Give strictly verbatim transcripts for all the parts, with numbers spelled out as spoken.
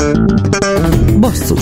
Basszus.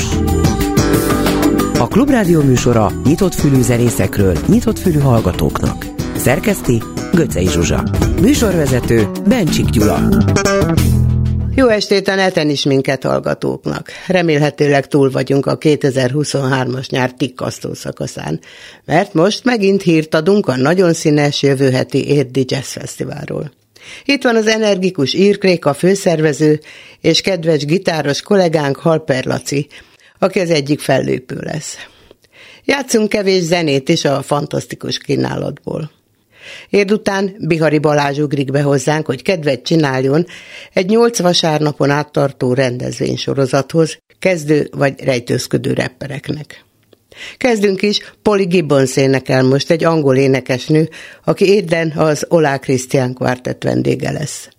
A Klubrádió műsora nyitott fülű zenészekről, nyitott fülű hallgatóknak. Szerkeszti Göcsei Zsuzsa. Műsorvezető Bencsik Gyula. Jó estét a neten is minket hallgatóknak. Remélhetőleg túl vagyunk a kétezer-huszonhármas nyár tikkasztó szakaszán, mert most megint hírt adunk a nagyon színes jövő heti Érdi Jazz Fesztiválról. Itt van az energikus Irkrék, a főszervező, és kedves gitáros kollégánk Halper Laci, aki az egyik fellépő lesz. Játszunk kevés zenét is a fantasztikus kínálatból. Érd után Bihari Balázs ugrik be hozzánk, hogy kedvet csináljon egy nyolc vasárnapon áttartó rendezvénysorozathoz, kezdő vagy rejtőzködő rappereknek. Kezdünk is, Polly Gibbons énekel most, egy angol énekesnő, aki Érden az Olá Krisztián Quartet vendége lesz.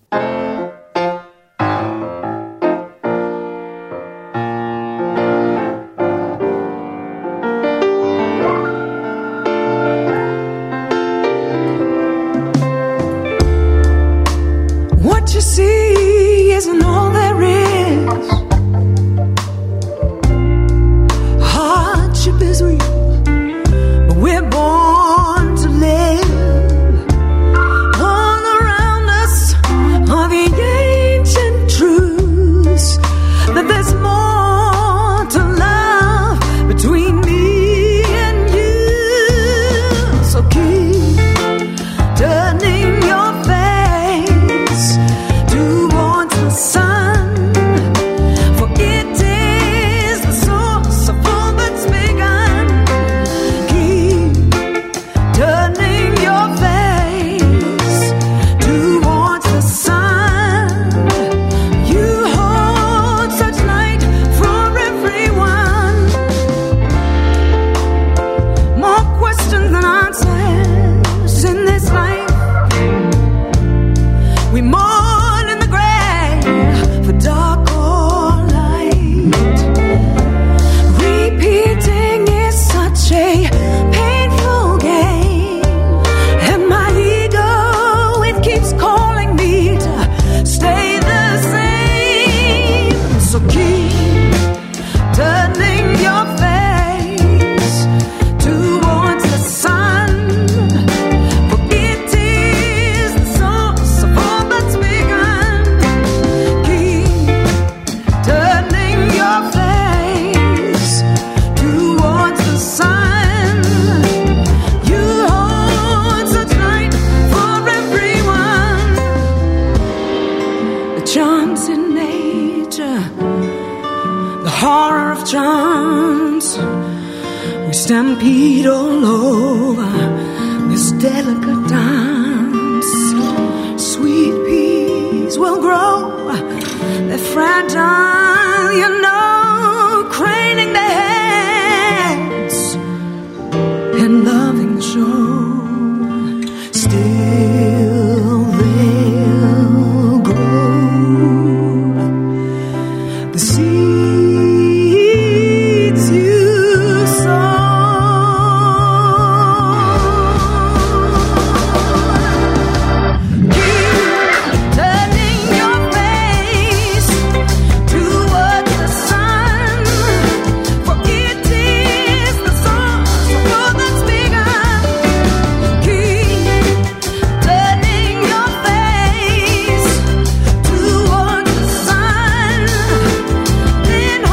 What you see isn't all there is. Hardship is real, but we're born to live. All around us are the ancient truths that there's more to love between me and you. So keep turning your face towards the sun, for it is the source of all that's begun. Keep turning your face towards the sun. You hold such light for everyone. More questions than answers in this life. We mourn in the grave for dark or light. Repeating is such a painful game, and my ego, it keeps calling me to stay the same. So keep turning your face towards the sun, for it is the source of all that's begun. Keep turning your face towards the sun. You hold such light for everyone. The charms in nature, the horror of chance. We stampede all over this delicate dance. Sweet peas will grow, they're fragile, you know, craning their heads and loving the show. Still they'll grow. The seeds you sow. Keep turning your face towards the sun, for it is the source of all that's begun. Keep turning your face towards the sun, then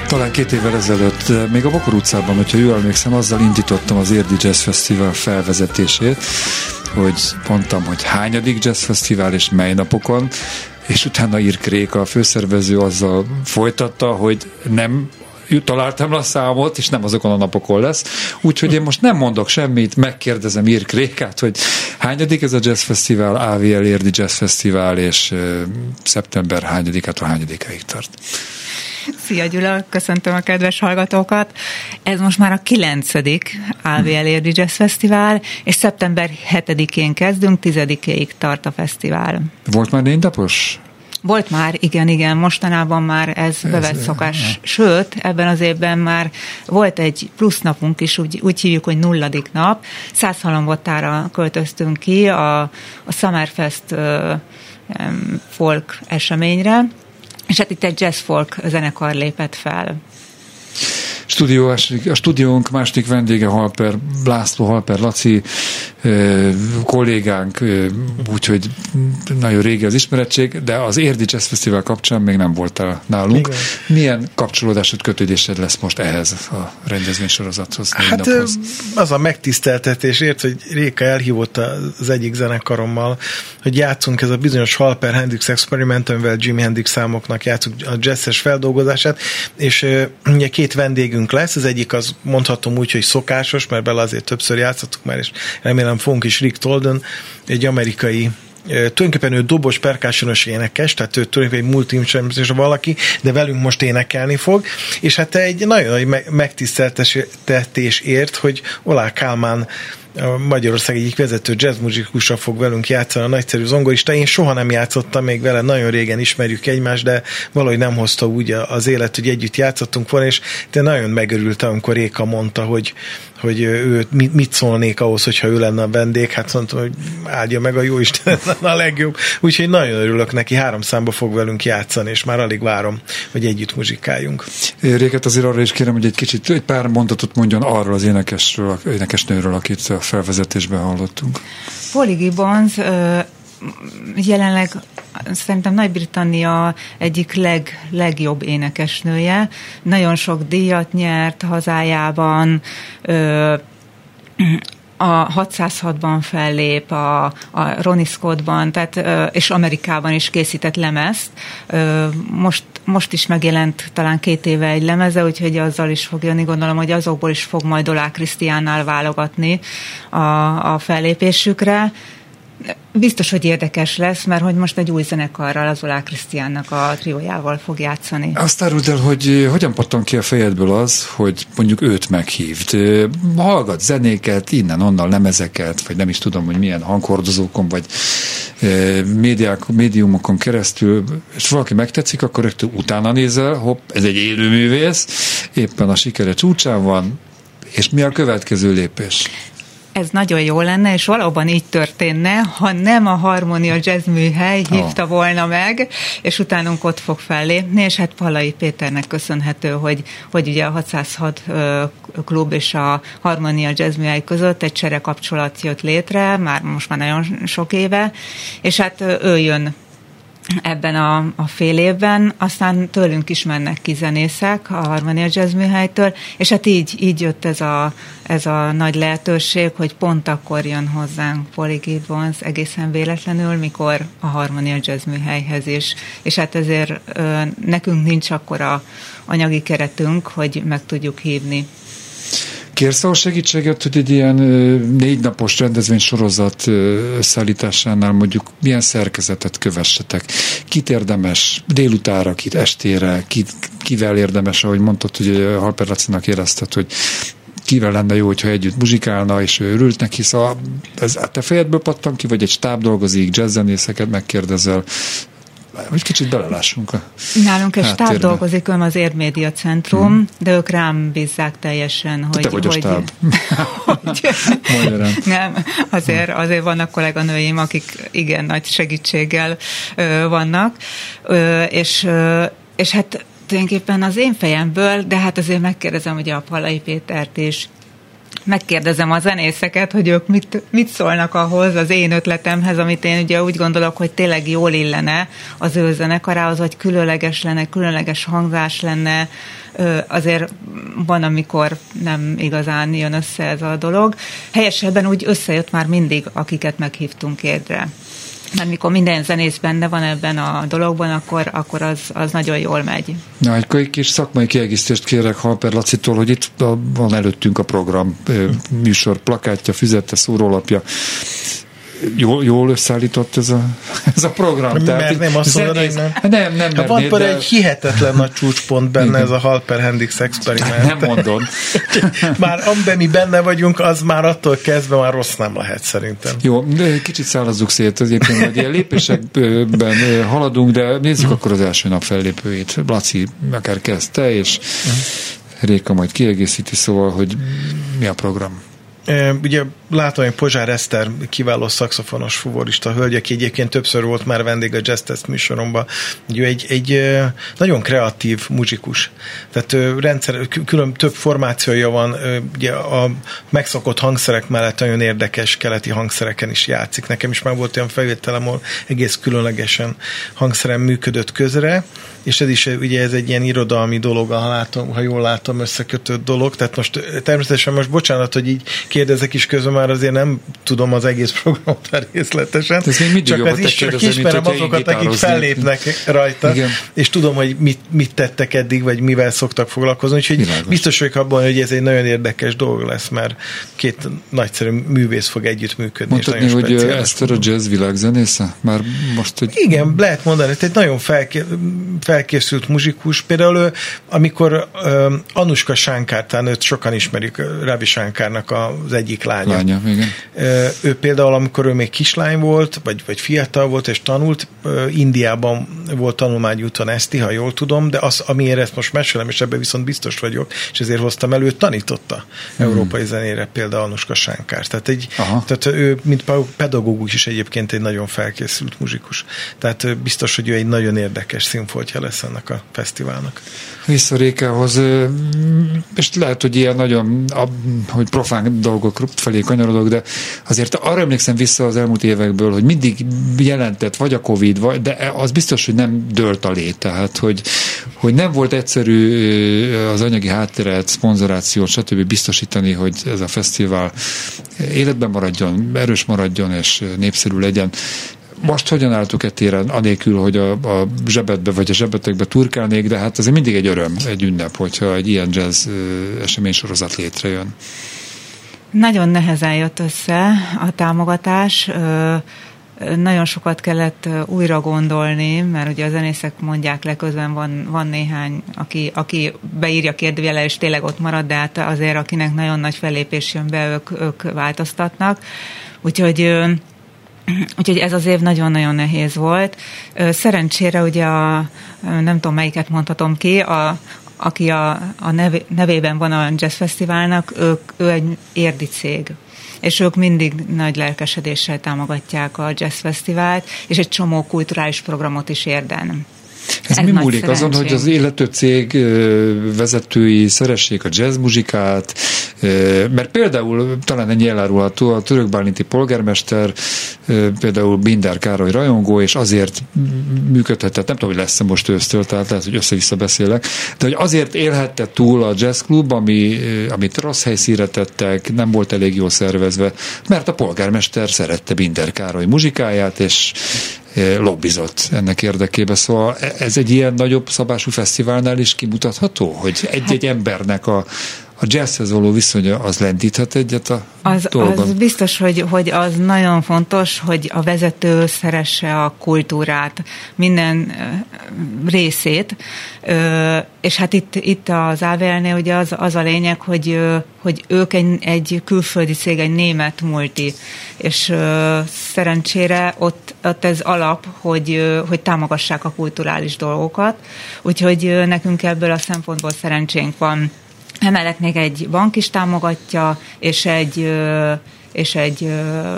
Talán két évvel ezelőtt, még a Bokor utcában, hogyha jól emlékszem, azzal indítottam az Érdi Jazz Fesztivál felvezetését, hogy mondtam, hogy hányadik Jazz Fesztivál és mely napokon, és utána Irk Réka, a főszervező azzal folytatta, hogy nem találtam le a számot, és nem azokon a napokon lesz. Úgyhogy én most nem mondok semmit, megkérdezem Irk Rékát, hogy hányadik ez a Jazz Fesztivál, á vé el Érdi Jazz Fesztivál, és uh, szeptember hányadikától hányadikáig tart. Szia Gyula, köszöntöm a kedves hallgatókat. Ez most már a kilencedik á vé el Érdi Jazz Fesztivál, és szeptember hetedikén kezdünk, tizedikéig tart a fesztivál. Volt már négy napos? Volt már, igen, igen, mostanában már ez bevett szokás. Sőt, ebben az évben már volt egy plusz napunk is, úgy, úgy hívjuk, hogy nulladik nap. Százhalombattára költöztünk ki a, a Summerfest uh, um, folk eseményre, és hát itt egy jazz folk zenekar lépett fel. Stúdió, a stúdiónk második vendége Halper László, Halper Laci, kollégánk, úgyhogy nagyon régi az ismerettség, de az Érdi Jazz Fesztivál kapcsán még nem voltál nálunk. Igen. Milyen kapcsolódásod, kötődésed lesz most ehhez a rendezvénysorozathoz? Hát naphoz? Az a megtiszteltetésért, hogy Réka elhívott az egyik zenekarommal, hogy játszunk ez a bizonyos Halper Hendrix Experiment, amivel Jimi Hendrix számoknak játszunk a jazzes feldolgozását, és ugye két vendégünk lesz, az egyik az mondhatom úgy, hogy szokásos, mert bele azért többször játszottuk már, és remélem fogunk is, Rick Tolden, egy amerikai, tulajdonképpen ő dobos, percussionos énekes, tehát ő tulajdonképpen egy multi-instrumentális valaki, de velünk most énekelni fog, és hát egy nagyon nagy megtiszteltetés ért, hogy Olá Kálmán, a Magyarország egyik vezető jazzmuzsikusa fog velünk játszani, a nagyszerű zongorista. Én soha nem játszottam még vele, nagyon régen ismerjük egymást, de valahogy nem hozta úgy az élet, hogy együtt játszottunk volna, és de nagyon megörültem, amikor Réka mondta, hogy, hogy ő mit szólnék ahhoz, hogyha ő lenne a vendég. Hát mondtam, hogy áldja meg a jóisten, a legjobb. Úgyhogy nagyon örülök neki, három számba fog velünk játszani, és már alig várom, hogy együtt muzsikáljunk. Réket azért arra is kérem, hogy egy kicsit, egy pár mondatot mondjon arról az énekesről, énekesnőről, akit a felvezetésben hallottunk. Polly Gibbons jelenleg szerintem Nagy-Britannia egyik leg, legjobb énekesnője. Nagyon sok díjat nyert hazájában, a hatszázhatban fellép, a, a Ronnie Scottban, tehát, és Amerikában is készített lemezt. Most, most is megjelent talán két éve egy lemeze, úgyhogy azzal is fog jönni, gondolom, hogy azokból is fog majd Olá Krisztiánnál válogatni a, a fellépésükre. Biztos, hogy érdekes lesz, mert hogy most egy új zenekarral, az Olá Krisztiánnak a triójával fog játszani. Azt áruld el, hogy hogyan pattan ki a fejedből az, hogy mondjuk őt meghívd. Hallgat zenéket, innen-onnan lemezeket, vagy nem is tudom, hogy milyen hanghordozókon, vagy médiák, médiumokon keresztül, és valaki megtetszik, akkor rögtön utána nézel, hopp, ez egy élőművész, éppen a sikere csúcsán van, és mi a következő lépés? Ez nagyon jó lenne, és valóban így történne, ha nem a Harmonia Jazz Műhely hívta oh. volna meg, és utánunk ott fog fellépni, és hát Pallai Péternek köszönhető, hogy, hogy ugye a hatszázhat klub és a Harmonia Jazz Műhely között egy csere kapcsolat jött létre, már most már nagyon sok éve, és hát ő jön ebben a, a fél évben, aztán tőlünk is mennek ki zenészek a Harmonia Jazz Műhelytől, és hát így, így jött ez a, ez a nagy lehetőség, hogy pont akkor jön hozzánk Polly Gibbons egészen véletlenül, mikor a Harmonia Jazz Műhelyhez is. És hát ezért ö, nekünk nincs akkora anyagi keretünk, hogy meg tudjuk hívni. Kérsz ahhoz segítséget, hogy egy ilyen négy napos rendezvény sorozat szállításánál mondjuk milyen szerkezetet kövessetek? Kit érdemes délutára, kit estére, kit, kivel érdemes, ahogy mondtad, hogy Halper Lacinak érezted, hogy kivel lenne jó, hogyha együtt muzsikálna, és ő örült neki, szóval ez a te fejedből pattan ki, vagy egy stáb dolgozik, jazzzenészeket megkérdezel, hogy kicsit belelássunk a Nálunk egy stáb dolgozik, ön az Érd Média Centrum, hmm. de ők rám bízzák teljesen, hogy... Te vagy a stáb. hogy nem, azért, azért vannak kolléganőim, akik igen nagy segítséggel ö, vannak, ö, és, ö, és hát tulajdonképpen az én fejemből, de hát azért megkérdezem ugye a Pallai Pétert is, megkérdezem a zenészeket, hogy ők mit, mit szólnak ahhoz, az én ötletemhez, amit én ugye úgy gondolok, hogy tényleg jól illene az ő zenekarához, hogy különleges lenne, különleges hangzás lenne, azért van, amikor nem igazán jön össze ez a dolog. Helyesebben úgy összejött már mindig, akiket meghívtunk érdre. Mert mikor minden zenész benne van ebben a dologban, akkor, akkor az, az nagyon jól megy. Na, egy kis szakmai kiegészítést kérek Halper Lacitól, hogy itt van előttünk a program műsor plakátja, füzete, szórólapja. Jól, jól összeállított ez a, ez a program. Mert nem azt mondod, hogy nem. Nem, nem hát van de... egy hihetetlen nagy csúcspont benne, igen. Ez a Halper Hendrix experiment. Nem mondod. Már amiben mi benne vagyunk, az már attól kezdve már rossz nem lehet szerintem. Jó, de kicsit szállazzuk szét, egyébként majd ilyen lépésekben haladunk, de nézzük akkor az első nap fellépőjét. Laci, akár kezdte, és Réka majd kiegészíti, szóval, hogy mi a program. Ugye látom, hogy Pozsár Eszter kiváló szaxofonos fuvorista hölgy, aki egyébként többször volt már vendég a Jazz Test műsoromban. Ugye egy, egy nagyon kreatív muzsikus. Tehát rendszer, külön több formációja van, ugye a megszokott hangszerek mellett nagyon érdekes keleti hangszereken is játszik. Nekem is már volt olyan felvételem, ahol egész különlegesen hangszeren működött közre, és ez is ugye ez egy ilyen irodalmi dolog, ha, látom, ha jól látom, összekötött dolog. Tehát most természetesen most bocsánat, hogy így kérdezek is közben, már azért nem tudom az egész programot részletesen. Csak az is csak ismerem azokat, akik fellépnek rajta, igen. És tudom, hogy mit, mit tettek eddig, vagy mivel szoktak foglalkozni. Úgyhogy világos. Biztos vagyok abban, hogy ez egy nagyon érdekes dolog lesz, mert két nagyszerű művész fog együttműködni. Mondhatni, hogy Eszter a jazz világzenésze? Már most, hogy... Igen, lehet mondani, hogy egy nagyon felké- felkészült muzsikus. Például amikor uh, Anushka Shankar, őt sokan ismerik, Ravi Shankarnak az egyik lánya. lánya igen. Uh, ő például, amikor ő még kislány volt, vagy, vagy fiatal volt, és tanult, uh, Indiában volt tanulmányúton eszti, ha jól tudom, de az, amiért ezt most mesélem, és ebben viszont biztos vagyok, és ezért hoztam elő, tanította hmm. európai zenére például Anushka Shankar. Tehát, egy, tehát ő, mint pedagógus is egyébként egy nagyon felkészült muzsikus. Tehát biztos, hogy ő egy nagyon érdekes színfoltja lesz ennek a fesztiválnak. Vissza Rékához, és lehet, hogy ilyen nagyon, hogy profán dolgok felé kanyarodok, de azért arra emlékszem vissza az elmúlt évekből, hogy mindig jelentett vagy a Covid, vagy, de az biztos, hogy nem dőlt a lét, tehát, hogy, hogy nem volt egyszerű az anyagi hátteret, szponzorációt, stb. Biztosítani, hogy ez a fesztivál életben maradjon, erős maradjon, és népszerű legyen. Most hogyan álltuk e téren, anélkül, hogy a, a zsebedbe vagy a zsebetekbe turkálnék, de hát azért mindig egy öröm, egy ünnep, hogyha egy ilyen jazz eseménysorozat létrejön. Nagyon nehezen jött össze a támogatás. Nagyon sokat kellett újra gondolni, mert ugye a zenészek mondják le, közben van, van néhány, aki, aki beírja kérdőjele, és tényleg ott marad, de hát azért akinek nagyon nagy fellépés jön be, ők, ők változtatnak. Úgyhogy Úgyhogy ez az év nagyon-nagyon nehéz volt. Szerencsére ugye a, nem tudom melyiket mondhatom ki, a, aki a, a nevé, nevében van a Jazz Fesztiválnak, ők, ő egy érdi cég. És ők mindig nagy lelkesedéssel támogatják a Jazz Fesztivált, és egy csomó kulturális programot is érden. Ez, Ez mi múlik azon, hogy az élető cég vezetői szeressék a jazz muzsikát, mert például talán ennyi elárulható, a törökbálinti polgármester például Binder Károly rajongó, és azért működhetett, nem tudom, hogy lesz-e most ősztől, tehát lehet, hogy össze-vissza beszélek, de hogy azért élhette túl a jazzklub, ami, amit rossz helyszínre tettek, nem volt elég jól szervezve, mert a polgármester szerette Binder Károly muzsikáját, és lobbizott ennek érdekében. Szóval ez egy ilyen nagyobb szabású fesztiválnál is kimutatható, hogy egy-egy embernek a, a jazzhez való viszonya az lendíthet egyet a az, dolgon. Az biztos, hogy, hogy az nagyon fontos, hogy a vezető szeresse a kultúrát, minden részét, és hát itt, itt az á vé el-nél ugye az, az a lényeg, hogy, hogy ők egy, egy külföldi cég, egy német multi, és szerencsére ott, ott ez alap, hogy, hogy támogassák a kulturális dolgokat, úgyhogy nekünk ebből a szempontból szerencsénk van. Emellett még egy bank is támogatja, és egy és egy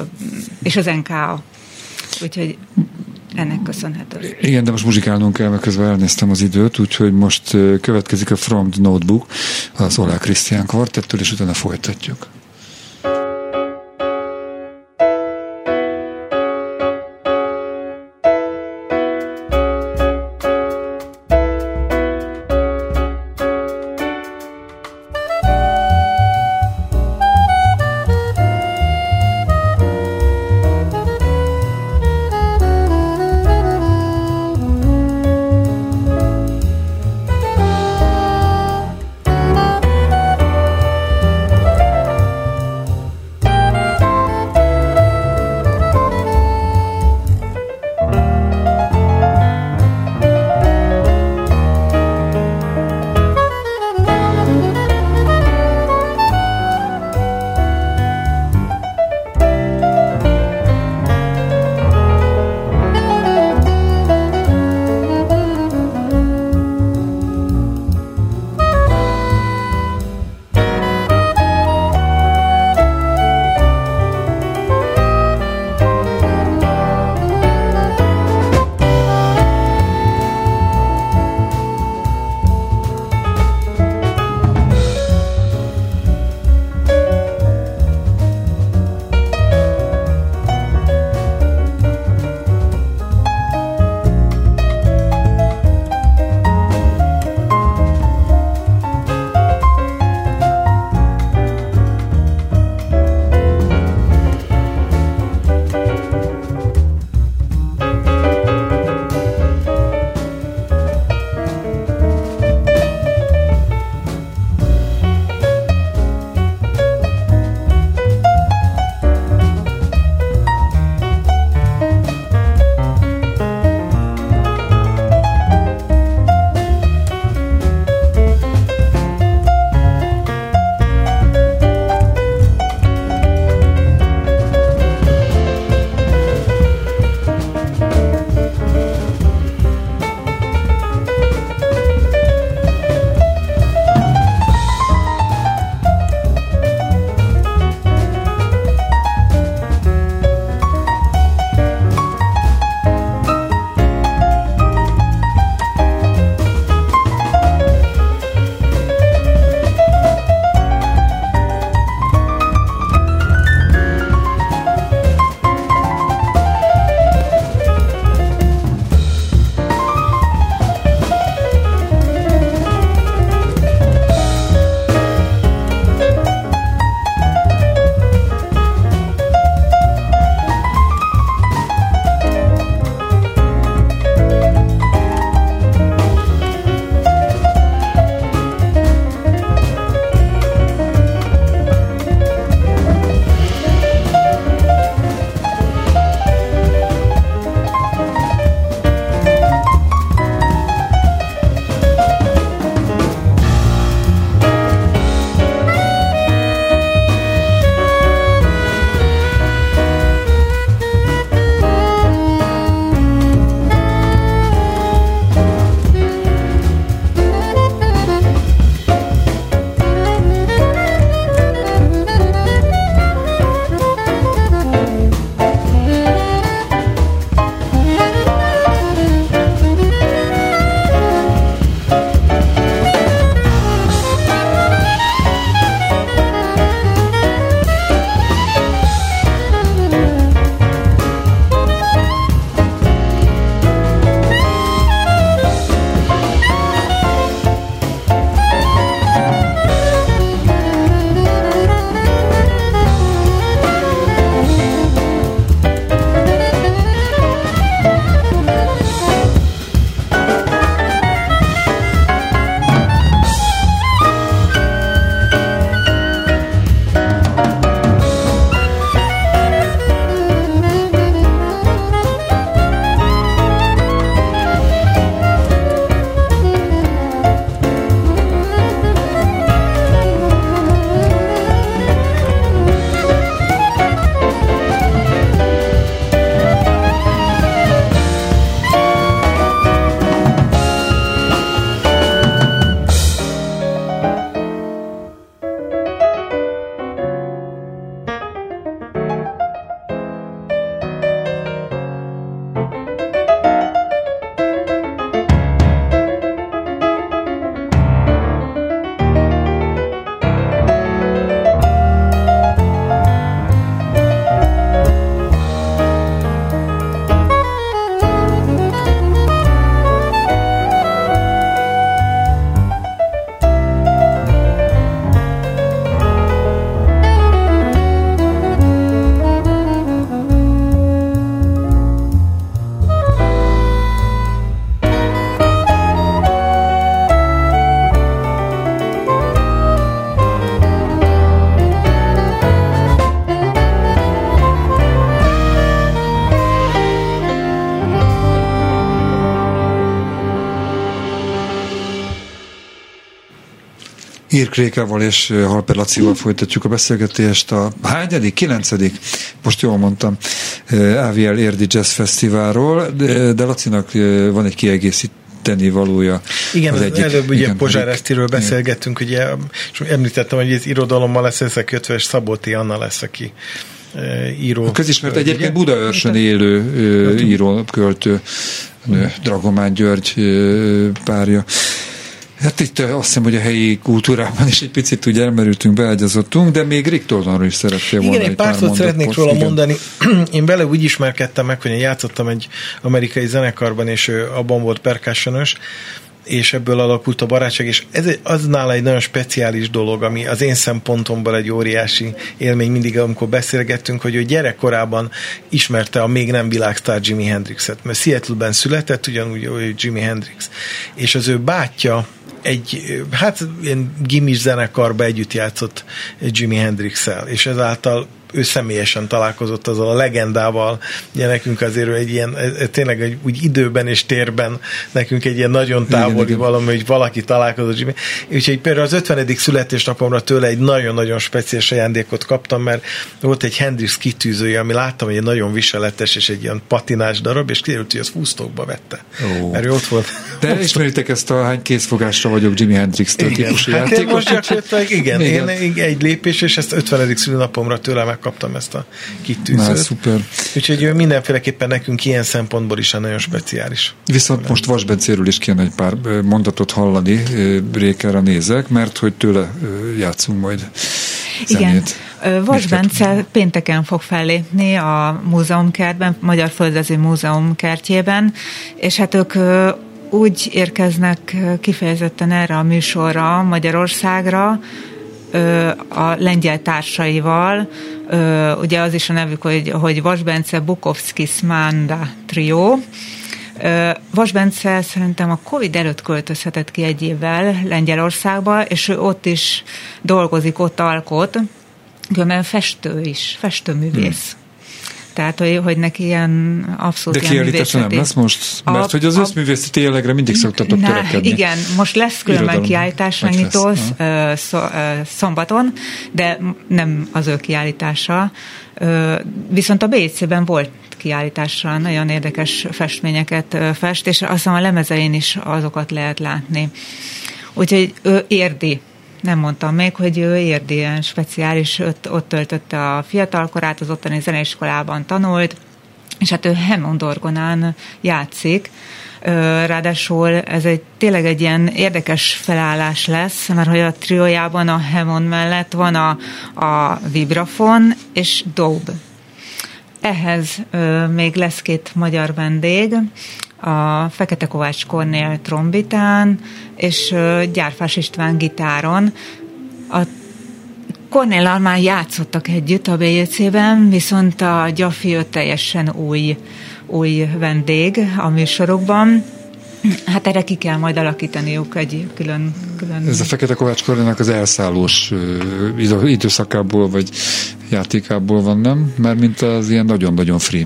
és az en ká á. Úgyhogy ennek köszönhető. Igen, de most muzsikálnunk kell, mert közben elnéztem az időt, úgyhogy most következik a From the Notebook, az Oláh Krisztián kvartettől, és utána folytatjuk. Irk Rékával és Halper Lacival folytatjuk a beszélgetést a hányadik, kilencedik, most jól mondtam, á vé el Érdi Jazz Fesztiválról, de, de Lacinak van egy kiegészíteni valója. Igen, az, az egyik, előbb ugye igen, Pozsár Esztiről beszélgettünk, ugye, és említettem, hogy ez irodalommal lesz összekötve, és Szabolti Anna lesz, aki író. A közismert egyébként Budaörsön élő író, költő, Dragomán György párja. Hát itt azt hiszem, hogy a helyi kultúrában is egy picit úgy elmerültünk, beágyazottunk, de még Rick Thorntonról is szerettél volna. Igen, egy pár szót szeretnék róla igen. mondani. Én vele úgy ismerkedtem meg, hogy én játszottam egy amerikai zenekarban, és ő abban volt percussionös, és ebből alakult a barátság, és ez az nála egy nagyon speciális dolog, ami az én szempontomból egy óriási élmény mindig, amikor beszélgettünk, hogy ő gyerekkorában ismerte a még nem világsztár Jimi Hendrixet, mert Seattle-ben született, ugyanúgy hogy Jimi Hendrix, és az ő bátyja egy, hát ilyen gimis zenekarba együtt játszott Jimi Hendrixsel, és ezáltal ő személyesen találkozott azzal a legendával, ugye nekünk azért egy ilyen, tényleg egy, úgy időben és térben nekünk egy ilyen nagyon távoli valami, hogy valaki találkozott Jimmy. Úgyhogy például az ötvenedik születésnapomra tőle egy nagyon-nagyon speciális ajándékot kaptam, mert volt egy Hendrix kitűzője, ami láttam, hogy egy nagyon viseletes és egy ilyen patinás darab, és kiderült, hogy az Fúsztókba vette. Oh. Mert ő ott volt. De ott ismeritek ezt a hány készfogásra vagyok Jimi Hendrix-től típusú hát játékos. Most gyakorlatilag, igen, igen. Én egy lépés, és ezt ötvenedik szülinapomra tőle megkaptam ezt a kitűzőt. Na, szuper. Úgyhogy mindenféleképpen nekünk ilyen szempontból is nagyon speciális. Viszont most Vas Bencéről is kéne egy pár mondatot hallani, Rékára nézek, mert hogy tőle játszunk majd zenét. Igen, Vas Bence pénteken fog fellépni a múzeumkertben, Magyar Földrajzi Múzeum kertjében, és hát ők úgy érkeznek kifejezetten erre a műsorra Magyarországra, a lengyel társaival, ugye az is a nevük, hogy, hogy Vas Bence Bukowski Smanda Trio. Vas Bence szerintem a Covid előtt költözhetett ki egy évvel Lengyelországba, és ő ott is dolgozik, ott alkot, mert festő is, festőművész. Hmm. Tehát, hogy, hogy neki ilyen abszolút de kiállítása nem lesz most? Mert a, hogy az összművészeti jellegre mindig szoktatok na, törekedni. Igen, most lesz különben kiállítás megnyitó szombaton, de nem az ő kiállítása. Viszont a bé i cé-ben volt kiállításra nagyon érdekes festményeket fest, és azt hiszem a lemezein is azokat lehet látni. Úgyhogy ő érdi. Nem mondtam még, hogy ő érdi ilyen speciális, ott, ott töltötte a fiatalkorát, az ottani zeneiskolában tanult, és hát ő Hammond orgonán játszik. Ráadásul ez egy, tényleg egy ilyen érdekes felállás lesz, mert hogy a triójában a Hammond mellett van a, a vibrafon és dob. Ehhez még lesz két magyar vendég, a Fekete Kovács Kornél trombitán, és Gyárfás István gitáron. A Kornéllal már játszottak együtt a bé i cé-ben, viszont a Gyafi ő teljesen új, új vendég a műsorokban. Hát erre ki kell majd alakítaniuk egy külön... külön... Ez a Fekete Kovács Kornénak az elszállós uh, időszakából, vagy játékából van, nem? Mert mint az ilyen nagyon-nagyon free.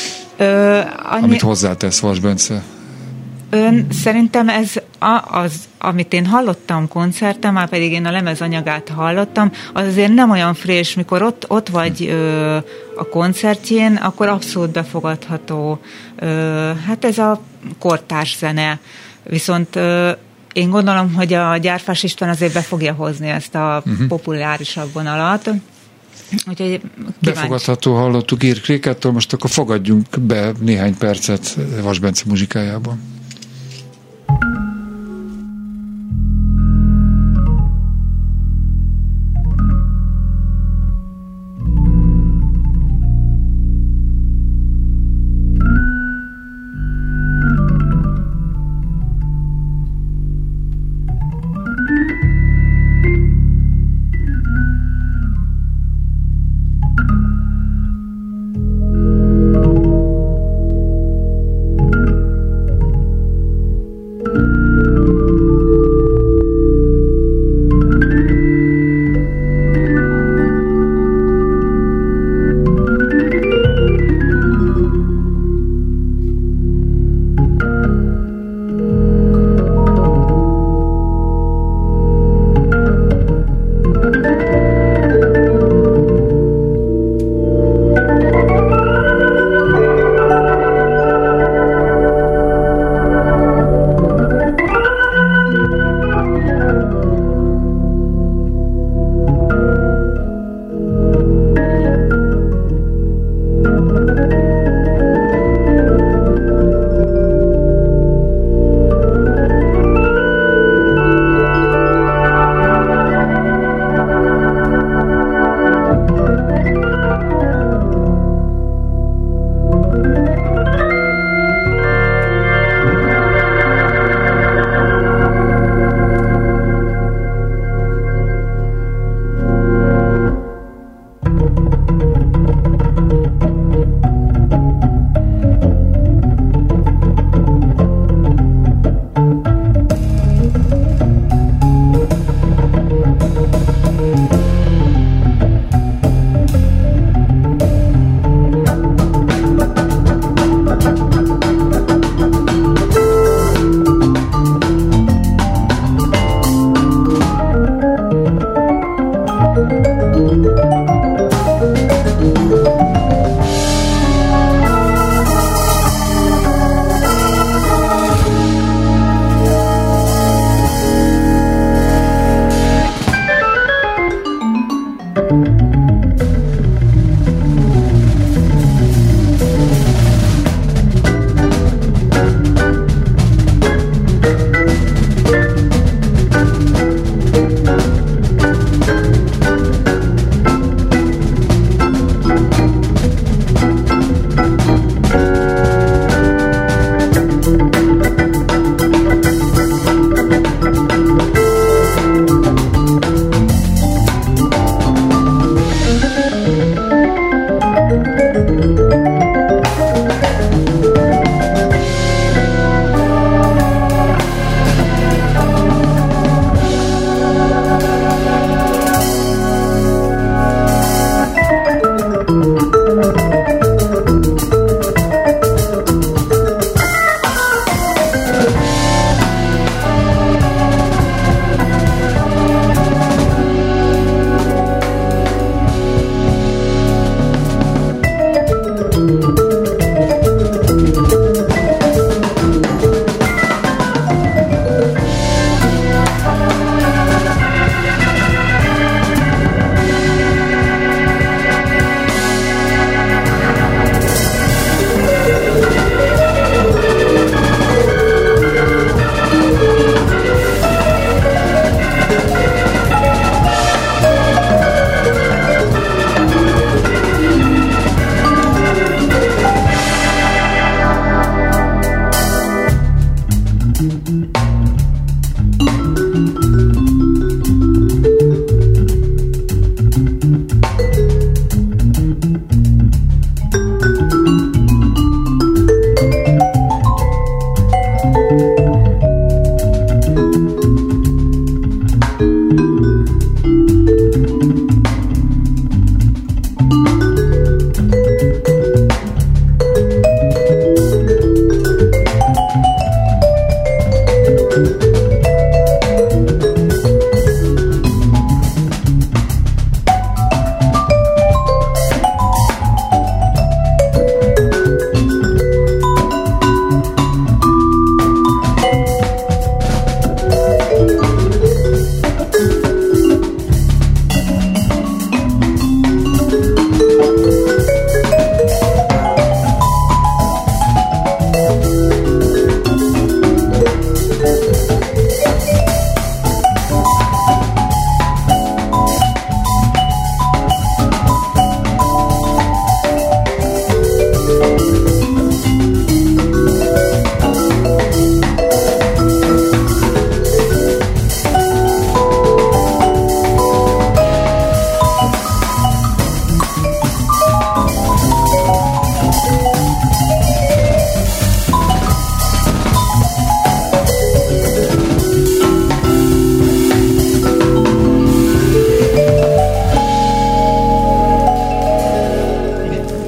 Ö, annyi... Amit hozzátesz Vas Bence. Ön, szerintem ez a, az, amit én hallottam koncerten, már pedig én a lemezanyagát hallottam, az azért nem olyan frés, mikor ott, ott vagy ö, a koncertjén, akkor abszolút befogadható. Ö, hát ez a kortárs zene. Viszont ö, én gondolom, hogy a Gyárfás István azért be fogja hozni ezt a uh-huh. populárisabb vonalat. Úgyhogy befogadható, hallottuk Irk Rékától, most akkor fogadjunk be néhány percet Vas Bence muzsikájában.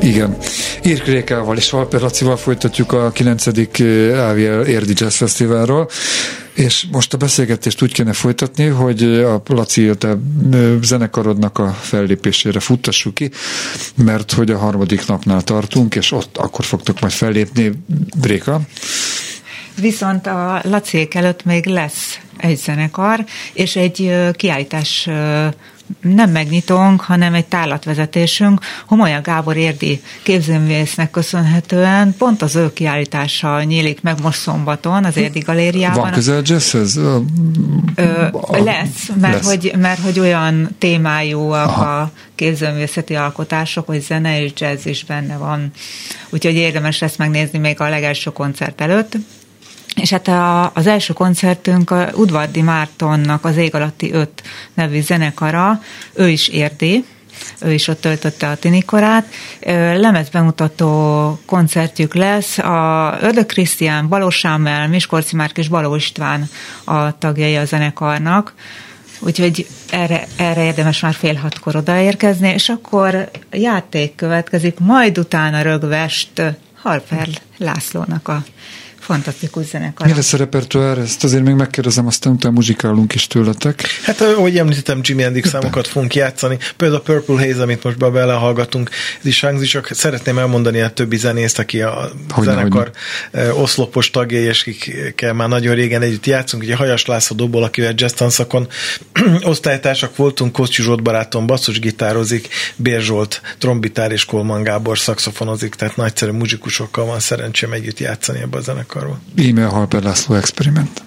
Igen. Irk Rékával és Alper Lacival folytatjuk a kilencedik á vé el Érdi Jazz Fesztiválról, és most a beszélgetést úgy kéne folytatni, hogy a Laci, a te zenekarodnak a fellépésére futtassuk ki, mert hogy a harmadik napnál tartunk, és ott akkor fogtok majd fellépni. Réka? Viszont a Laciék előtt még lesz egy zenekar, és egy kiállítás, nem megnyitónk, hanem egy tárlatvezetésünk. Homolya Gábor érdi képzőművésznek köszönhetően pont az ő kiállítása nyílik meg most szombaton az Érdi Galériában. Van közel jazzhez? Ö, lesz, mert, lesz. Hogy, mert hogy olyan témájúak Aha. a képzőművészeti alkotások, hogy zene és jazz is benne van. Úgyhogy érdemes lesz megnézni még a legelső koncert előtt. És hát a, az első koncertünk a Udvardi Mártonnak az Ég alatti öt nevű zenekara, ő is érdi, ő is ott töltötte a tinikorát. Lemezbemutató koncertjük lesz, a Ördög Krisztián, Balogh Sámuel, Miskolci Márk és Balogh István a tagjai a zenekarnak. Úgyhogy erre, erre érdemes már fél hatkor odaérkezni, és akkor játék következik, majd utána rögvest Halper Lászlónak a fantasztikus zenekar. Mi lesz a repertoár? Ezt azért még megkérdezem, aztán utána muzsikálunk is tőletek. Hát, ahogy említettem, Jimi Hendrix számokat fogunk játszani. Például a Purple Haze, amit most belehallgatunk, ez is hangzik, csak szeretném elmondani a többi zenészt, aki a hogyne, zenekar hogyne. oszlopos tagjai, és akikkel már nagyon régen együtt játszunk. Ugye Hajas László dobol, akivel jazz tanszakon osztálytársak voltunk, Kosztyi Zsolt barátom basszusgitározik, Bér Zsolt trombitár és Kolman Gábor szaxofonozik, tehát nagyszerű muzsikusokkal van szerencsém együtt játszani ebbe a zenekarról. E-mail Halper László Experiment.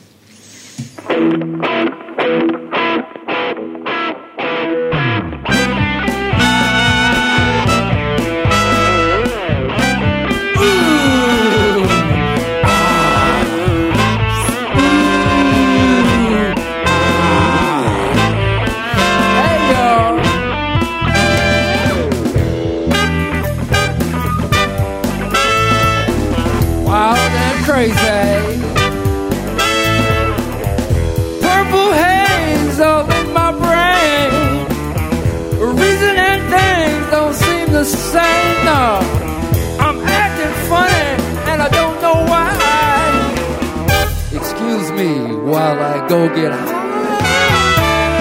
Crazy. Purple haze all in my brain. Reason and things don't seem the same. No, I'm acting funny and I don't know why. Excuse me while I go get high.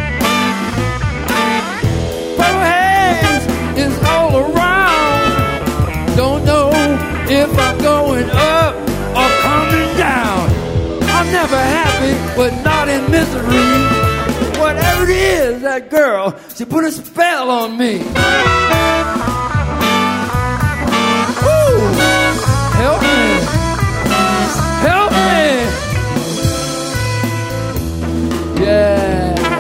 Purple haze is all around. Don't know if I'm going up or coming down. I'm never happy, but not in misery. Whatever it is, that girl, she put a spell on me. Woo! Help me. Help me. Yeah.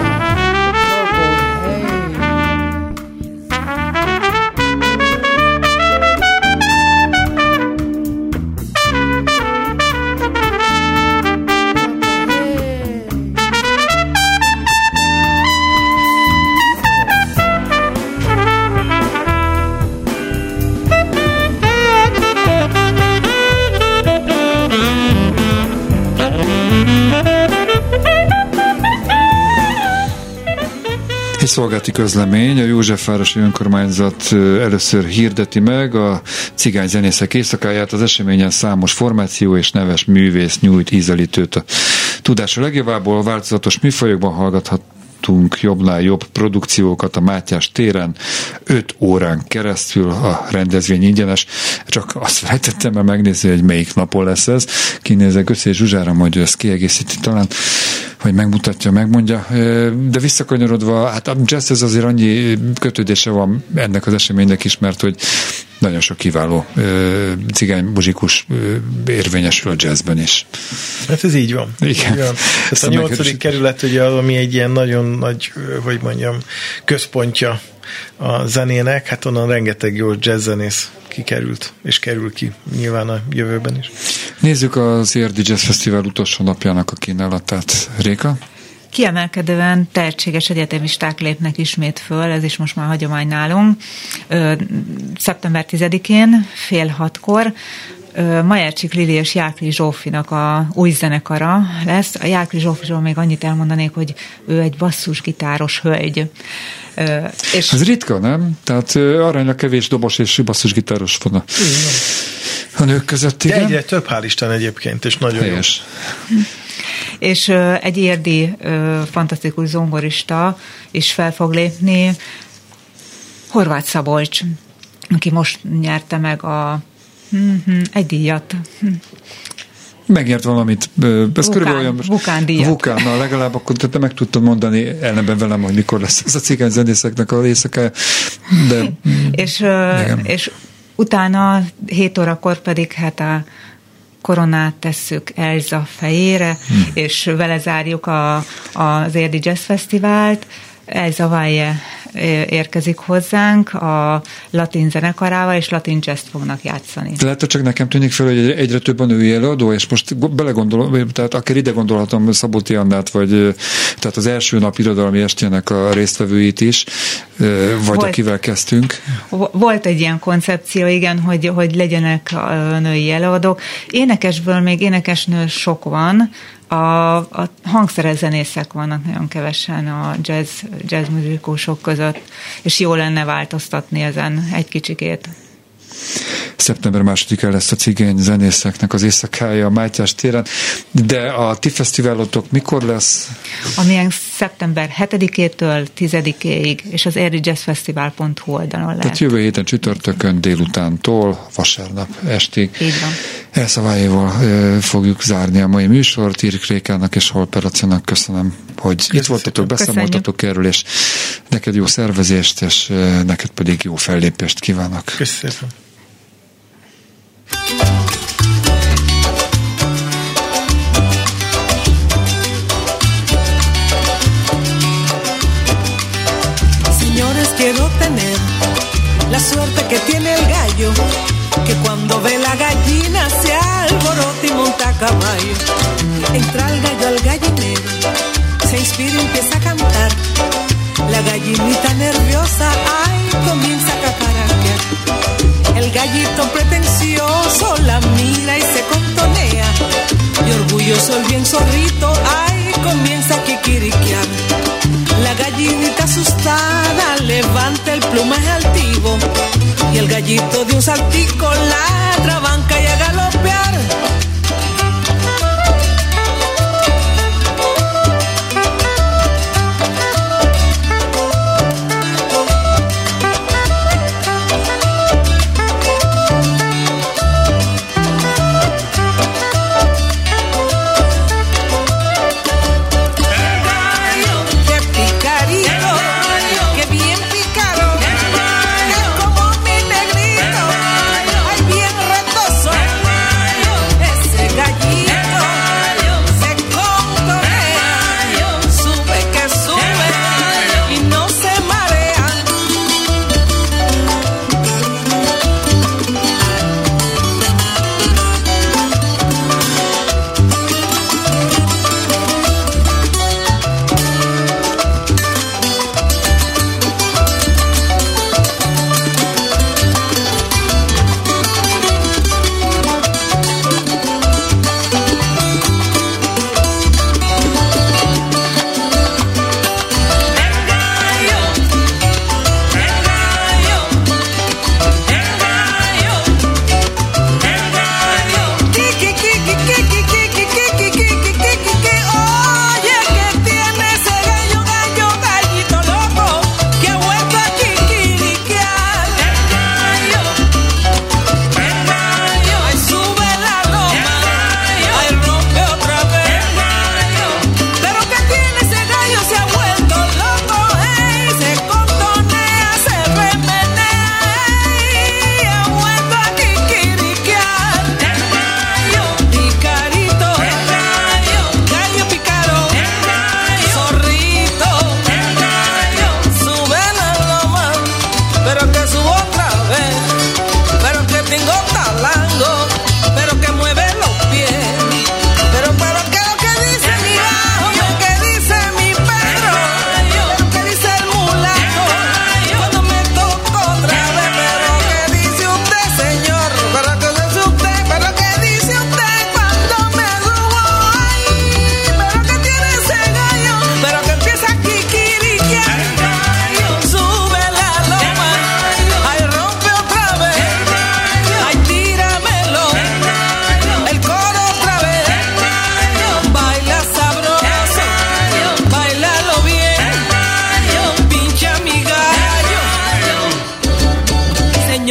Egy szolgálati közlemény, a Józsefvárosi Önkormányzat először hirdeti meg a cigány zenészek éjszakáját. Az eseményen számos formáció és neves művész nyújt ízelítőt a tudása legjobbából, változatos műfajokban hallgathatunk jobbnál jobb produkciókat a Mátyás téren, öt órán keresztül a rendezvény ingyenes. Csak azt felejtettem el megnézni, hogy melyik napon lesz ez. Kinézek össze és Zsuzsára, majd ő ezt kiegészíti talán, hogy megmutatja, megmondja. De visszakanyarodva, hát a jazzhez azért annyi kötődése van ennek az eseménynek is, mert hogy nagyon sok kiváló cigány muzsikus érvényesül a jazzben is. Hát ez így van. Igen. Igen. Ez a nyolcadik kerület, ugye, ami egy ilyen nagyon nagy, hogy mondjam, központja a zenének, hát onnan rengeteg jó jazzzenész kikerült, és kerül ki nyilván a jövőben is. Nézzük az Érdi Jazz Fesztivál utolsó napjának a kínálatát. Réka? Kiemelkedően tehetséges egyetemisták lépnek ismét föl, ez is most már hagyomány nálunk. Ö, szeptember tizedikén fél hatkor Majercsik Lili és Jákli Zsófinak a új zenekara lesz. A Jákli Zsófiról még annyit elmondanék, hogy ő egy basszusgitáros hölgy. És ez ritka, nem? Tehát aránylag kevés dobos és basszusgitáros van a, a nők között. De egyre több, hál' Isten egyébként, és nagyon helyes. Jó. És uh, egy érdi uh, fantasztikus zongorista is fel fog lépni, Horváth Szabolcs, aki most nyerte meg a mm-hmm, egy díjat. Megnyert valamit. Ez Vukán, körülbelül olyan... Vukán díjat. Vukánnal legalább, akkor te meg tudtad mondani ellenben velem, hogy mikor lesz ez a cigány zenészeknek a éjszaka, de... és, uh, és utána hét órakor pedig hát a koronát tesszük Elza fejére, hmm. és vele zárjuk a, az Érdi Jazz Fesztivált. Elza Valle érkezik hozzánk a latin zenekarával, és latin jazzt fognak játszani. Lehet, hogy csak nekem tűnik fel, hogy egyre több a női előadó, és most belegondolom, tehát akár ide gondolhatom Szabóti Annát, vagy tehát az első nap irodalmi estének a résztvevőit is, vagy volt, akivel kezdtünk. Volt egy ilyen koncepció, igen, hogy, hogy legyenek a női előadók. Énekesből még énekesnő sok van, A, a hangszeres zenészek vannak nagyon kevesen a jazz, jazz muzsikusok között, és jó lenne változtatni ezen egy kicsikét. Szeptember másodikán lesz a cigány zenészeknek az éjszakája a Mátyás téren, de a ti fesztiválotok mikor lesz? Amilyen szeptember hetedikétől tizedikéig, és az érdi jazz fesztivál pont hu oldalon lehet. Tehát jövő héten csütörtökön délutántól vasárnap estig. Így van. Elsa Valléval e, fogjuk zárni a mai műsort. Irik Rékának és Holper Lacinak köszönöm, hogy köszönöm. Itt voltatok, beszámoltatok erről, és neked jó szervezést, és e, neked pedig jó fellépést kívánok. Köszönöm. Señores, quiero tener la suerte que tiene el gallo, que cuando ve la gallina se alborota y monta a caballo. Entra el gallo al gallinero, se inspira y empieza a cantar. La gallinita nerviosa, ay, comienza a cacaraquear. El gallito pretencioso la mira y se contonea. Y orgulloso el bien zorrito, ay, comienza a quiquiriquear. La gallinita asustada levanta el plumaje altivo y el gallito de un saltico la atrabanca y a galopear.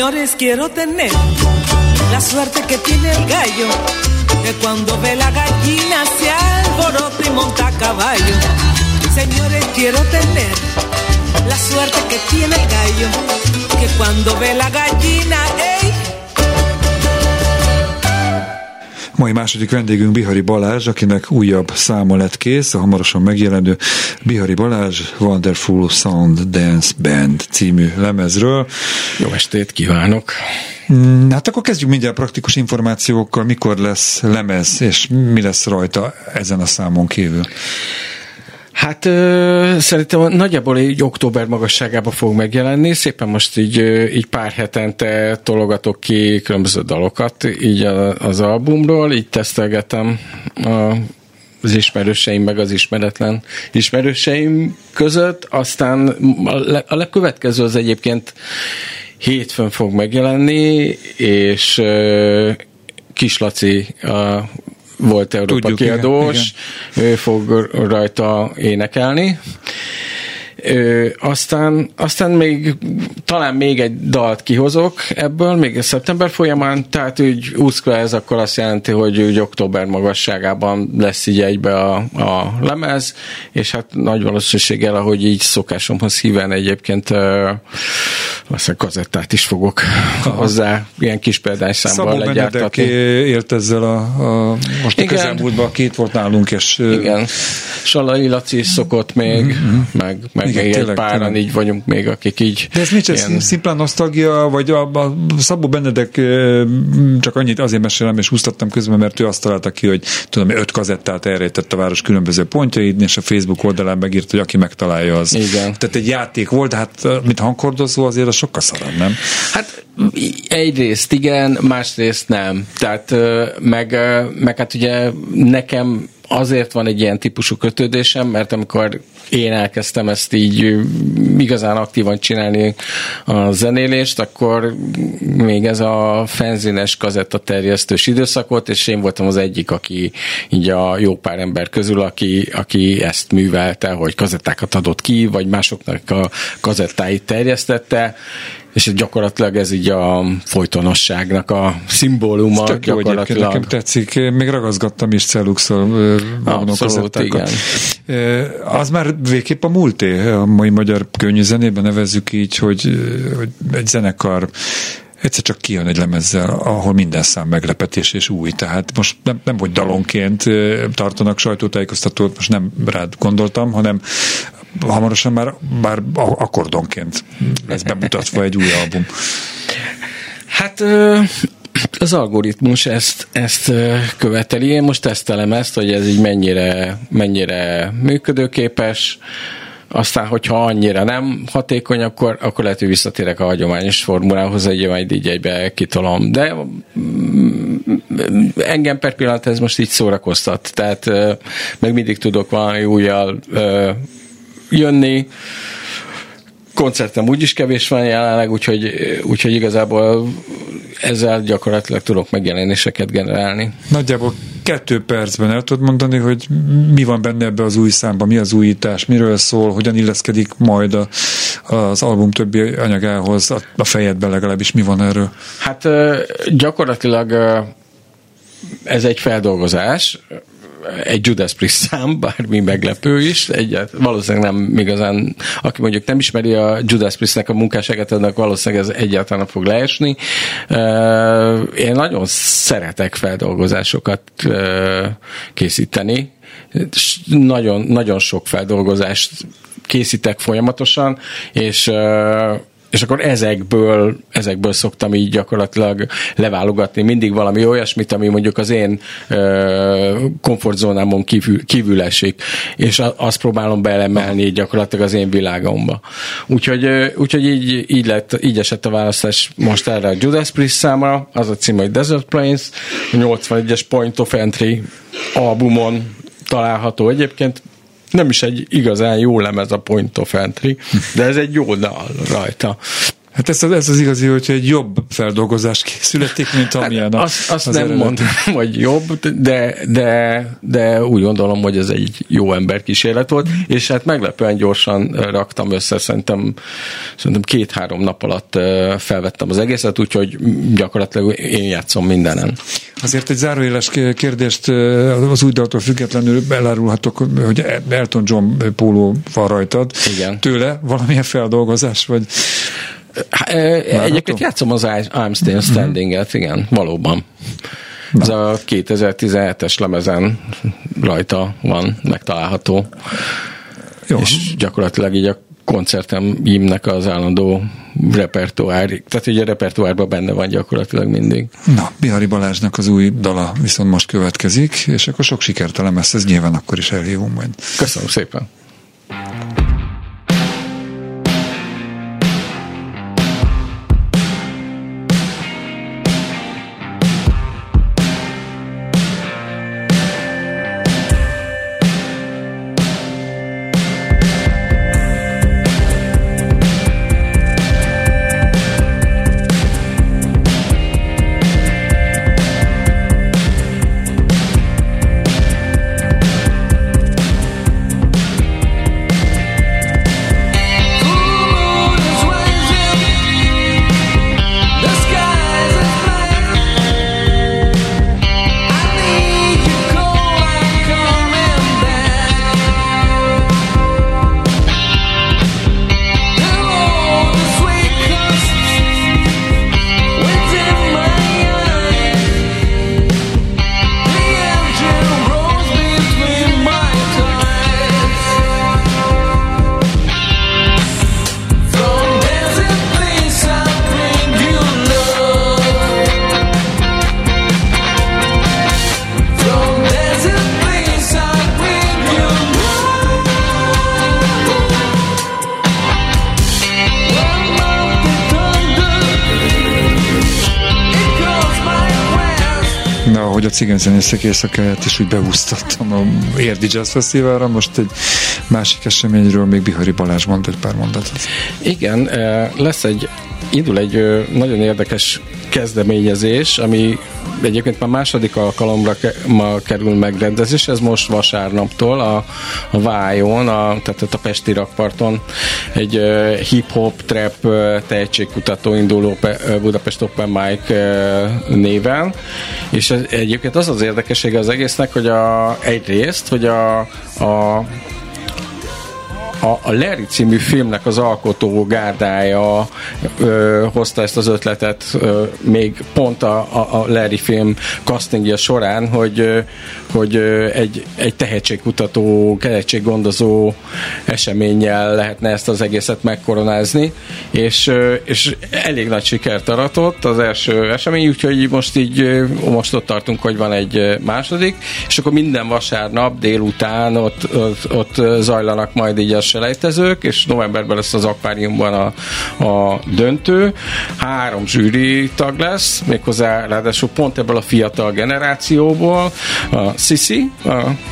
Señores, quiero tener la suerte que tiene el gallo, que cuando ve la gallina se alborota y monta a caballo. Señores, quiero tener la suerte que tiene el gallo, que cuando ve la gallina, ey. Mai második vendégünk Bihari Balázs, akinek újabb száma lett kész, a hamarosan megjelenő Bihari Balázs Wonderful Sound Dance Band című lemezről. Jó estét kívánok! Hát akkor kezdjük mindjárt praktikus információkkal, mikor lesz lemez, és mi lesz rajta ezen a számon kívül? Hát ö, szerintem nagyjából így október magasságába fog megjelenni. Szépen most így, így pár hetente tologatok ki különböző dalokat így a, az albumról, így tesztelgetem a, az ismerőseim meg az ismeretlen ismerőseim között. Aztán a, le, a legkövetkező az egyébként hétfőn fog megjelenni, és ö, Kis Laci a volt Európa Tudjuk, kiadós, igen, ő fog rajta énekelni. Ö, aztán, aztán még talán még egy dalt kihozok ebből, még a szeptember folyamán, tehát úgy úszkva ez akkor azt jelenti, hogy úgy október magasságában lesz így egybe a, a lemez, és hát nagy valószínűséggel, ahogy így szokásomhoz híven egyébként ö, aztán kazettát is fogok Aha. hozzá, ilyen kis példányszámban legyártatni. Szabó Benedek élt ezzel a, a most a közelmúltban, két volt nálunk, és... Igen, Salai Laci is szokott még, mm-hmm. meg, meg igen, még tényleg, egy páran tényleg. Így vagyunk még, akik így... De ez mit ilyen... szimplán nosztalgia, vagy a, a Szabó Benedek csak annyit azért mesélem, és húztattam közben, mert ő azt találta ki, hogy tudom, öt kazettát elrejtett a város különböző pontjaid, és a Facebook oldalán megírt, hogy aki megtalálja az. Igen. Tehát egy játék volt, de hát mint hangkordozó azért az sokkal szarabb, nem? Hát egyrészt igen, másrészt nem. Tehát meg, meg hát ugye nekem azért van egy ilyen típusú kötődésem, mert amikor én elkezdtem ezt így igazán aktívan csinálni a zenélést, akkor még ez a fenzines kazettaterjesztős időszak volt, és én voltam az egyik, aki így a jó pár ember közül, aki, aki ezt művelte, hogy kazettákat adott ki, vagy másoknak a kazettáit terjesztette, és gyakorlatilag ez így a folytonosságnak a szimbóluma. Ez gyakorlatilag. Jó, nekem tetszik. Még ragaszgattam is Celluxol kazettákat. Az már végképp a múlté, a mai magyar könnyű zenében nevezzük így, hogy, hogy egy zenekar egyszer csak kijön egy lemezzel, ahol minden szám meglepetés és új. Tehát most nem, nem hogy dalonként tartanak sajtótájékoztatót, most nem rád gondoltam, hanem hamarosan már, már akkordonként lesz bemutatva egy új album. Hát az algoritmus ezt, ezt követeli. Én most tesztelem ezt, hogy ez így mennyire, mennyire működőképes. Aztán, hogyha annyira nem hatékony, akkor, akkor lehet, hogy visszatérek a hagyományos formulához, egy majd így egybe kitolom. De engem per pillanat ez most így szórakoztat. Tehát meg mindig tudok valami újjal jönni. Koncertem úgyis kevés van jelenleg, úgyhogy, úgyhogy igazából ezzel gyakorlatilag tudok megjelenéseket generálni. Nagyjából kettő percben el tudod mondani, hogy mi van benne ebbe az új számban, mi az újítás, miről szól, hogyan illeszkedik majd a, az album többi anyagához, a, a fejedben legalábbis mi van erről? Hát gyakorlatilag ez egy feldolgozás, egy Judas Priest szám, bármi meglepő is, egyet, valószínűleg nem igazán, aki mondjuk nem ismeri a Judas Priestnek a munkásságát, annak valószínűleg ez egyáltalán nem fog leesni. Én nagyon szeretek feldolgozásokat készíteni, nagyon, nagyon sok feldolgozást készítek folyamatosan, és és akkor ezekből, ezekből szoktam így gyakorlatilag leválogatni mindig valami olyasmit, ami mondjuk az én ö, komfortzónámon kívül, kívül esik, és azt próbálom belemelni gyakorlatilag az én világomba. Úgyhogy, úgyhogy így, így, lett, így esett a választás most erre a Judas Priest számra, az a cím, hogy Desert Plains, a nyolcvanegyes Point of Entry albumon található egyébként. Nem is egy igazán jó lemez a Point of Entry, de ez egy jó dal rajta. Hát ez az, ez az igazi, hogyha egy jobb feldolgozás születik, mint amilyen hát azt, azt az nem eredeti. mondom, hogy jobb, de, de, de úgy gondolom, hogy ez egy jó ember kísérlet volt, és hát meglepően gyorsan raktam össze, szerintem, szerintem két-három nap alatt felvettem az egészet, úgyhogy gyakorlatilag én játszom mindenen. Azért egy záróéles kérdést az új daltól függetlenül elárulhatok, hogy Elton John póló van rajtad. Igen. Tőle valamilyen feldolgozás, vagy... Egyébként játszom az I'm Still Standing-et, igen, valóban. Na. Ez a kétezer-tizenhetes lemezen rajta van, megtalálható. Jó. És gyakorlatilag így a koncertemnek az állandó repertoár, tehát ugye a repertoárban benne van gyakorlatilag mindig. Na, Bihari Balázsnak az új dala viszont most következik, és akkor sok sikert a lemez, ez nyilván akkor is elhívom majd. Köszönöm szépen! Hogy a cigányzenészek éjszakáját is úgy beúsztattam a Érdi Jazz Fesztiválra, most egy másik eseményről még Bihari Balázs mond egy pár mondatot. Igen, lesz egy, indul egy nagyon érdekes kezdeményezés, ami egyébként már második alkalomra ke- ma kerül megrendezés, ez most vasárnaptól a, a Vájon, a, tehát a Pesti rakparton egy uh, hip-hop, trap uh, tehetségkutató induló uh, Budapest Open Mic uh, néven, és ez, egyébként az az érdekessége az egésznek, hogy a, egyrészt, hogy a, a A, a Larry című filmnek az alkotó gárdája ö, hozta ezt az ötletet ö, még pont a, a, a Larry film castingja során, hogy, ö, hogy ö, egy, egy tehetségkutató, tehetséggondozó eseménnyel lehetne ezt az egészet megkoronázni, és, ö, és elég nagy sikert aratott az első esemény, úgyhogy most így ö, most ott tartunk, hogy van egy második, és akkor minden vasárnap délután ott, ott, ott zajlanak majd így a selejtezők, és novemberben lesz az akváriumban a, a döntő. Három zsűri tag lesz, méghozzá ráadásul pont ebből a fiatal generációból a Sissi, a, a, a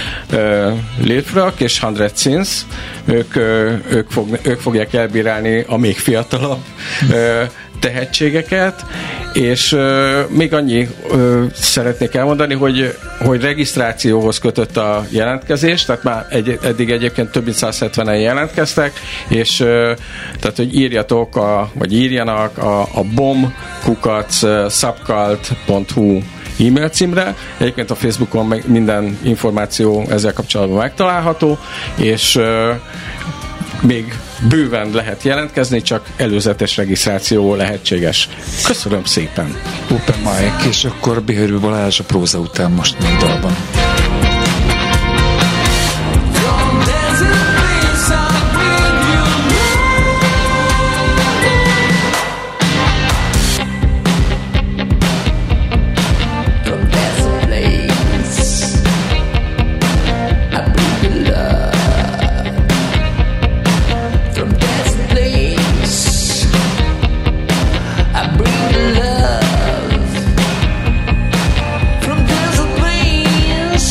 Lilfrak és Hundred Sins, ők, ők, fog, ők fogják elbírálni a még fiatalabb tehetségeket, és uh, még annyi uh, szeretnék elmondani, hogy, hogy regisztrációhoz kötött a jelentkezés, tehát már egy, eddig egyébként több mint száz hetvenen jelentkeztek, és uh, tehát, hogy írjatok, a, vagy írjanak a, a bom kukac subcult pont hu e-mail címre. Egyébként a Facebookon minden információ ezzel kapcsolatban megtalálható, és uh, még bőven lehet jelentkezni, csak előzetes regisztráció lehetséges. Köszönöm szépen! Open mic, és akkor Bihari Balázs a próza után most még dalban. From desert plains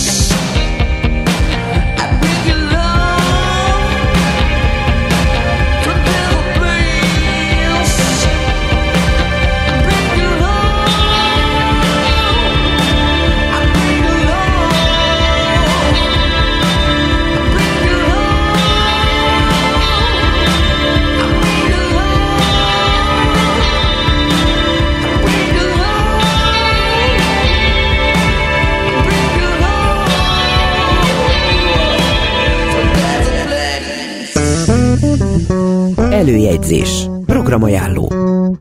Előjegyzés. Programajánló.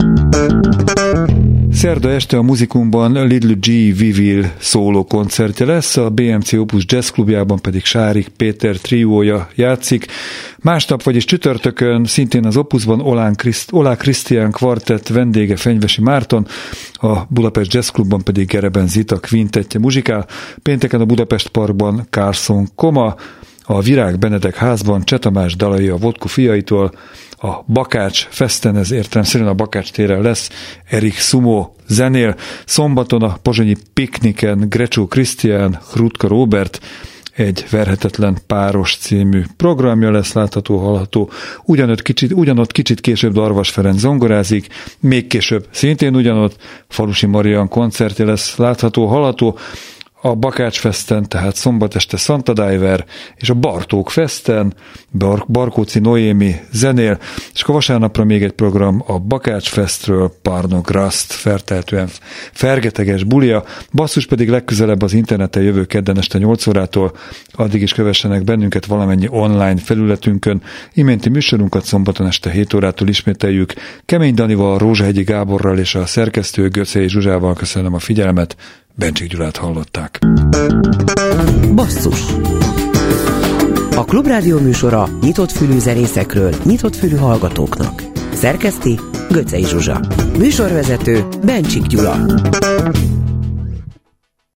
Szerda este a Muzikumban Little G. Vivil szóló koncertje lesz, a bé em cé Opus Jazz Klubjában pedig Sárik Péter triója játszik. Másnap, vagyis csütörtökön szintén az Opusban Olán Kriszt, Olá Krisztián kvartett vendége Fenyvesi Márton, a Budapest Jazz Klubban pedig Gereben Zita kvintettje muzsikál. Pénteken a Budapest Parkban Carlson Koma, a Virág Benedek házban Cseh Tamás dalai a Vodku fiaitól, a Bakács Festen, ez értelemszerűen a Bakács téren lesz, Erik Sumo zenél, szombaton a pozsonyi Pikniken Grecsó Krisztián, Hrutka Róbert, egy verhetetlen páros című programja lesz látható, hallható. Ugyanott kicsit, ugyanott kicsit később Darvas Ferenc zongorázik, még később szintén ugyanott Falusi Marian koncertje lesz látható, hallható. A Bakács Festen, tehát szombat este Santa Diver, és a Bartók Festen Bar- Barkóci Noémi zenél, és a vasárnapra még egy program a Bakács Festről, Parnograst, ferteltően fergeteges bulia, basszus pedig legközelebb az interneten jövő kedden este nyolc órától, addig is kövessenek bennünket valamennyi online felületünkön, iménti műsorunkat szombaton este hét órától ismételjük, Kemény Danival, Rózsahegyi Gáborral és a szerkesztő Göcei Zsuzsával köszönöm a figyelmet, Bencsik Gyulát hallották. Basszus. A Klubrádió műsora nyitott fülű zenészekről, nyitott fülű hallgatóknak. Szerkeszti Göcei Zsuzsa. Műsorvezető Bencsik Gyula.